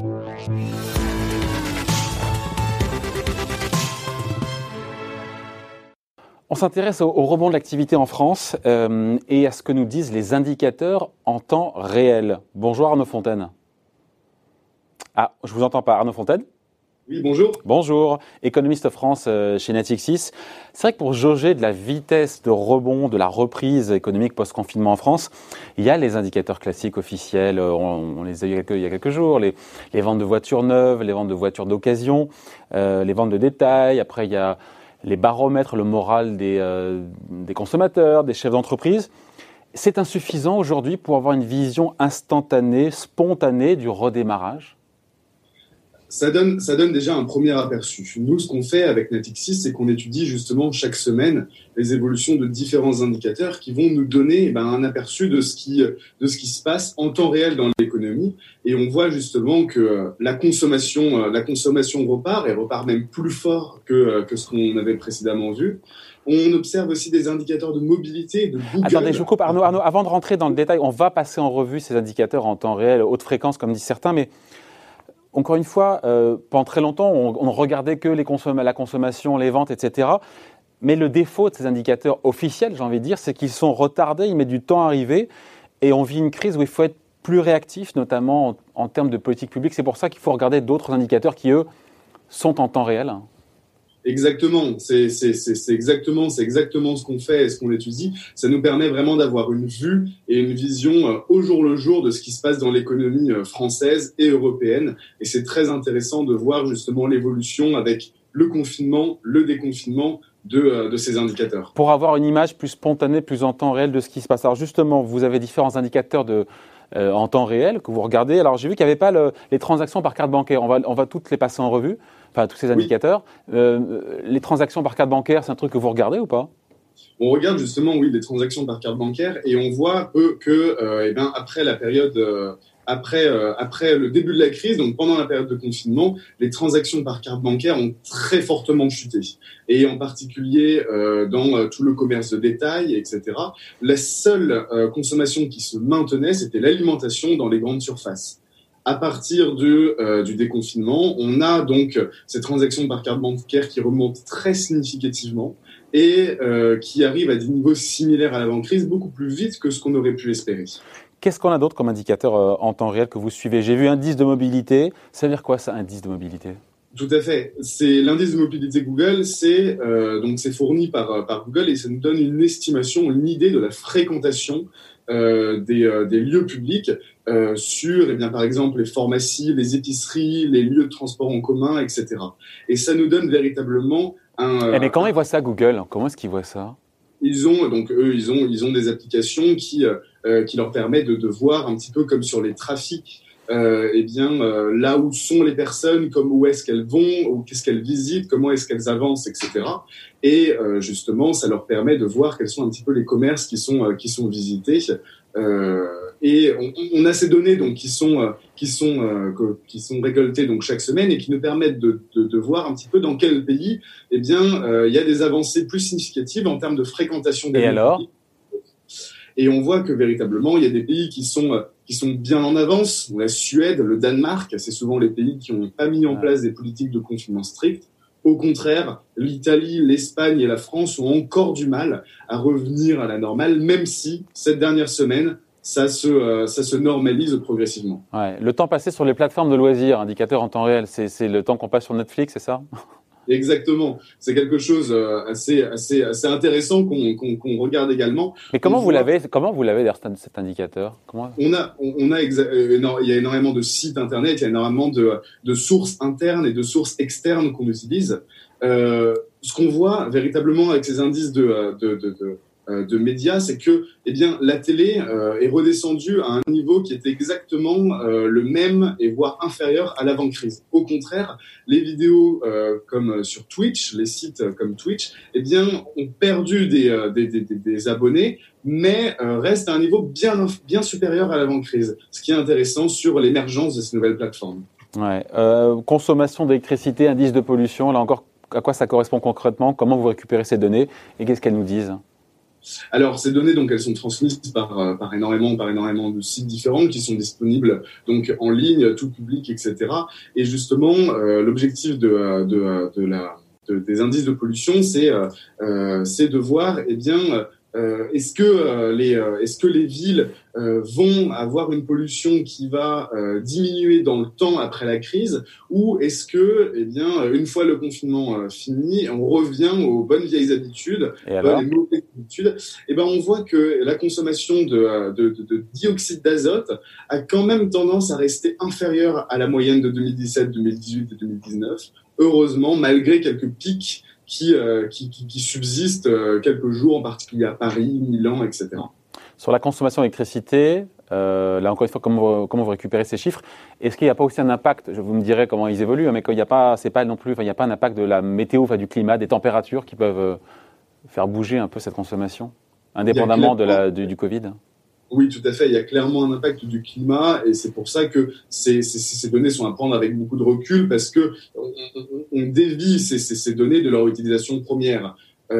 On s'intéresse au rebond de l'activité en France et à ce que nous disent les indicateurs en temps réel. Bonjour Arnaud Fontaine. Ah, je ne vous entends pas. Arnaud Fontaine ? Oui, bonjour. Bonjour, économiste France chez Natixis. C'est vrai que pour jauger de la vitesse de rebond de la reprise économique post-confinement en France, il y a les indicateurs classiques officiels, on les a eu il y a quelques jours, les ventes de voitures neuves, les ventes de voitures d'occasion, les ventes de détail. Après, il y a les baromètres, le moral des consommateurs, des chefs d'entreprise. C'est insuffisant aujourd'hui pour avoir une vision instantanée, spontanée du redémarrage ? Ça donne déjà un premier aperçu. Nous, ce qu'on fait avec Natixis, c'est qu'on étudie justement chaque semaine les évolutions de différents indicateurs qui vont nous donner un aperçu de ce qui se passe en temps réel dans l'économie. Et on voit justement que la consommation repart, et repart même plus fort que ce qu'on avait précédemment vu. On observe aussi des indicateurs de mobilité, de Google. Attendez, je vous coupe. Arnaud, avant de rentrer dans le détail, on va passer en revue ces indicateurs en temps réel, haute fréquence, comme disent certains, mais encore une fois, pendant très longtemps, on ne regardait que la consommation, les ventes, etc. Mais le défaut de ces indicateurs officiels, j'ai envie de dire, c'est qu'ils sont retardés, ils mettent du temps à arriver, et on vit une crise où il faut être plus réactif, notamment en termes de politique publique. C'est pour ça qu'il faut regarder d'autres indicateurs qui, eux, sont en temps réel. Exactement, c'est exactement ce qu'on fait et ce qu'on étudie. Ça nous permet vraiment d'avoir une vue et une vision au jour le jour de ce qui se passe dans l'économie française et européenne. Et c'est très intéressant de voir justement l'évolution avec le confinement, le déconfinement de ces indicateurs. Pour avoir une image plus spontanée, plus en temps réel de ce qui se passe. Alors justement, vous avez différents indicateurs en temps réel que vous regardez. Alors j'ai vu qu'il n'y avait pas les transactions par carte bancaire. On va toutes les passer en revue. Enfin, tous ces indicateurs. Oui. Les transactions par carte bancaire, c'est un truc que vous regardez ou pas ? On regarde justement, oui, les transactions par carte bancaire et on voit que après la période, après le début de la crise, donc pendant la période de confinement, les transactions par carte bancaire ont très fortement chuté. Et en particulier dans tout le commerce de détail, etc. La seule consommation qui se maintenait, c'était l'alimentation dans les grandes surfaces. À partir du déconfinement, on a donc ces transactions par carte bancaire qui remontent très significativement et qui arrivent à des niveaux similaires à l'avant-crise, beaucoup plus vite que ce qu'on aurait pu espérer. Qu'est-ce qu'on a d'autre comme indicateur en temps réel que vous suivez ? J'ai vu indice de mobilité. Ça veut dire quoi, ça, indice de mobilité ? Tout à fait. C'est l'indice de mobilité Google, c'est fourni par Google et ça nous donne une estimation, une idée de la fréquentation des lieux publics sur, par exemple, les pharmacies, les épiceries, les lieux de transport en commun, etc. Et ça nous donne véritablement mais comment ils voient ça, Google ? Comment est-ce qu'ils voient ça ? Ils ont des applications qui leur permettent de voir un petit peu comme sur les trafics. Là où sont les personnes, comme où est-ce qu'elles vont, ou qu'est-ce qu'elles visitent, comment est-ce qu'elles avancent, etc. Et justement, ça leur permet de voir quels sont un petit peu les commerces qui sont visités. Et on a ces données donc qui sont récoltées donc chaque semaine et qui nous permettent de voir un petit peu dans quel pays il y a des avancées plus significatives en termes de fréquentation des lieux. Et alors ? Et on voit que véritablement, il y a des pays qui sont bien en avance. La Suède, le Danemark, c'est souvent les pays qui n'ont pas mis en place des politiques de confinement strictes. Au contraire, l'Italie, l'Espagne et la France ont encore du mal à revenir à la normale, même si cette dernière semaine, ça se normalise progressivement. Ouais. Le temps passé sur les plateformes de loisirs, indicateurs en temps réel, c'est le temps qu'on passe sur Netflix, c'est ça ? Exactement. C'est quelque chose assez intéressant qu'on regarde également. Mais comment vous l'avez d'ailleurs cet indicateur ? Il y a énormément de sites internet, il y a énormément de sources internes et de sources externes qu'on utilise. Ce qu'on voit véritablement avec ces indices de médias, c'est que la télé est redescendue à un niveau qui est exactement le même et voire inférieur à l'avant-crise. Au contraire, les vidéos comme sur Twitch, les sites comme Twitch, ont perdu des abonnés, mais restent à un niveau bien supérieur à l'avant-crise. Ce qui est intéressant sur l'émergence de ces nouvelles plateformes. Ouais. Consommation d'électricité, indice de pollution, là encore, à quoi ça correspond concrètement ? Comment vous récupérez ces données et qu'est-ce qu'elles nous disent ? Alors, ces données, donc, elles sont transmises par énormément de sites différents qui sont disponibles donc en ligne, tout public, etc. Et justement, l'objectif des indices de pollution, c'est de voir, eh bien, est-ce que les villes vont avoir une pollution qui va diminuer dans le temps après la crise, ou est-ce que, eh bien, une fois le confinement fini, on revient aux bonnes vieilles habitudes, les mauvaises habitudes. Eh ben, on voit que la consommation de dioxyde d'azote a quand même tendance à rester inférieure à la moyenne de 2017, 2018 et 2019. Heureusement, malgré quelques pics qui subsistent quelques jours, en particulier à Paris, Milan, etc. Sur la consommation d'électricité, là encore une fois, comment vous récupérez ces chiffres? Est-ce qu'il n'y a pas aussi un impact, vous me direz comment ils évoluent, mais qu'il n'y a pas, c'est pas non plus, il n'y a pas un impact de la météo, enfin, du climat, des températures qui peuvent faire bouger un peu cette consommation, indépendamment du Covid? Oui, tout à fait. Il y a clairement un impact du climat et c'est pour ça que ces données sont à prendre avec beaucoup de recul parce que on dévie ces données de leur utilisation première.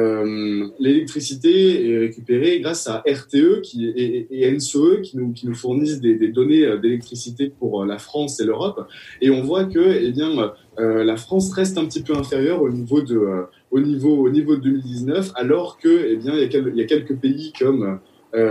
L'électricité est récupérée grâce à RTE et NSOE qui nous fournissent des données d'électricité pour la France et l'Europe. Et on voit que, eh bien, la France reste un petit peu inférieure au niveau de 2019, alors que, eh bien, il y a quelques pays comme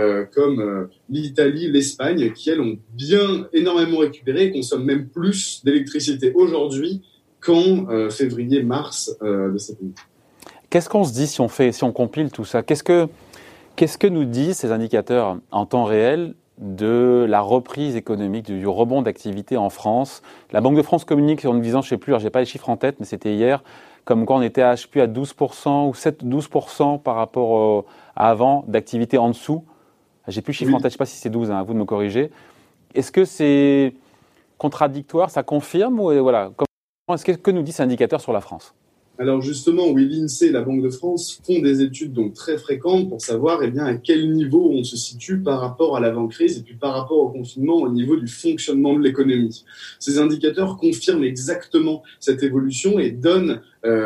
l'Italie, l'Espagne, qui elles ont énormément récupéré et consomment même plus d'électricité aujourd'hui qu'en février-mars de cette année. Qu'est-ce qu'on se dit si on compile tout ça? Qu'est-ce que nous disent ces indicateurs en temps réel de la reprise économique, du rebond d'activité en France? La Banque de France communique en nous disant, je ne sais plus, alors j'ai pas les chiffres en tête, mais c'était hier, comme quoi on était à 12% ou 7-12% par rapport à avant d'activité en dessous. J'ai plus le chiffre en tête, je ne sais pas si c'est 12, à vous de me corriger. Est-ce que c'est contradictoire, ça confirme ou voilà, que nous dit cet indicateur sur la France? Alors justement, oui, l'INSEE et la Banque de France font des études donc très fréquentes pour savoir eh bien, à quel niveau on se situe par rapport à l'avant-crise et puis par rapport au confinement au niveau du fonctionnement de l'économie. Ces indicateurs confirment exactement cette évolution et donnent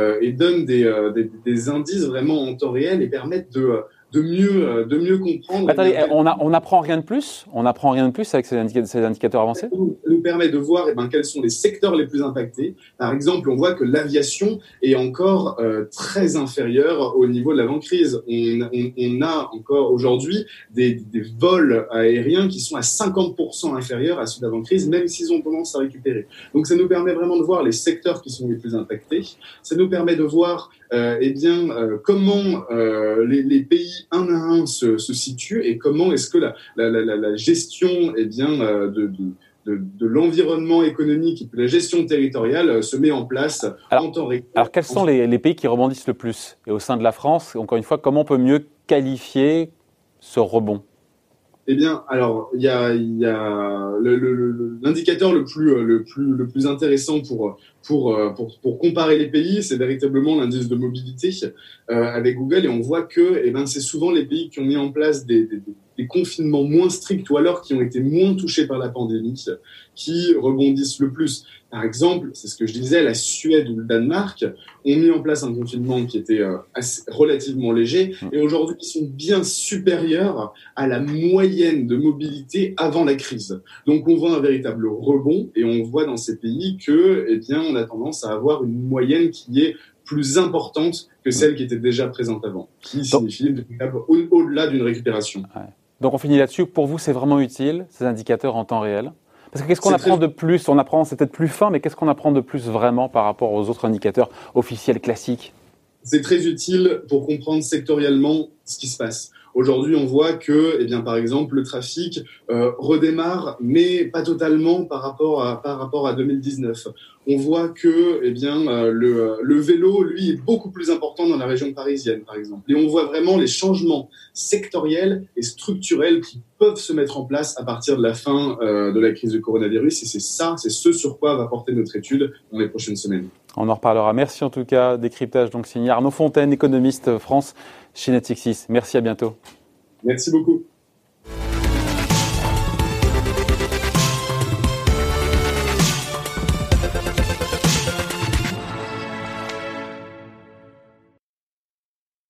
des indices vraiment en temps réel et permettent de mieux comprendre. Attendez, on apprend rien de plus? On apprend rien de plus avec ces indicateurs avancés? Ça nous permet de voir quels sont les secteurs les plus impactés. Par exemple, on voit que l'aviation est encore très inférieure au niveau de l'avant-crise. On a encore aujourd'hui des vols aériens qui sont à 50% inférieurs à ceux d'avant-crise, même s'ils ont tendance à récupérer. Donc ça nous permet vraiment de voir les secteurs qui sont les plus impactés. Ça nous permet de voir comment les pays un à un se situent et comment est-ce que la gestion de l'environnement économique et de la gestion territoriale se met en place en temps réel. Alors quels sont les pays qui rebondissent le plus? Et au sein de la France, encore une fois, comment on peut mieux qualifier ce rebond? Eh bien, alors il y a l'indicateur le plus intéressant pour comparer les pays, c'est véritablement l'indice de mobilité avec Google, et on voit que c'est souvent les pays qui ont mis en place des confinements moins stricts ou alors qui ont été moins touchés par la pandémie qui rebondissent le plus. Par exemple, c'est ce que je disais, la Suède ou le Danemark ont mis en place un confinement qui était relativement léger et aujourd'hui ils sont bien supérieurs à la moyenne de mobilité avant la crise. Donc on voit un véritable rebond et on voit dans ces pays que on a tendance à avoir une moyenne qui est plus importante que celle qui était déjà présente avant, qui signifie au-delà d'une récupération. Ouais. Donc on finit là-dessus. Pour vous, c'est vraiment utile, ces indicateurs en temps réel? Parce que qu'est-ce qu'on apprend de plus? C'est peut-être plus fin, mais qu'est-ce qu'on apprend de plus vraiment par rapport aux autres indicateurs officiels classiques? C'est très utile pour comprendre sectoriellement ce qui se passe. Aujourd'hui, on voit que, par exemple, le trafic redémarre, mais pas totalement par rapport à 2019. On voit que, le vélo, lui, est beaucoup plus important dans la région parisienne, par exemple. Et on voit vraiment les changements sectoriels et structurels qui peuvent se mettre en place à partir de la fin de la crise du coronavirus. Et c'est ce sur quoi va porter notre étude dans les prochaines semaines. On en reparlera. Merci en tout cas. Décryptage donc signé Arnaud Fontaine, économiste France chez Natixis. Merci, à bientôt. Merci beaucoup.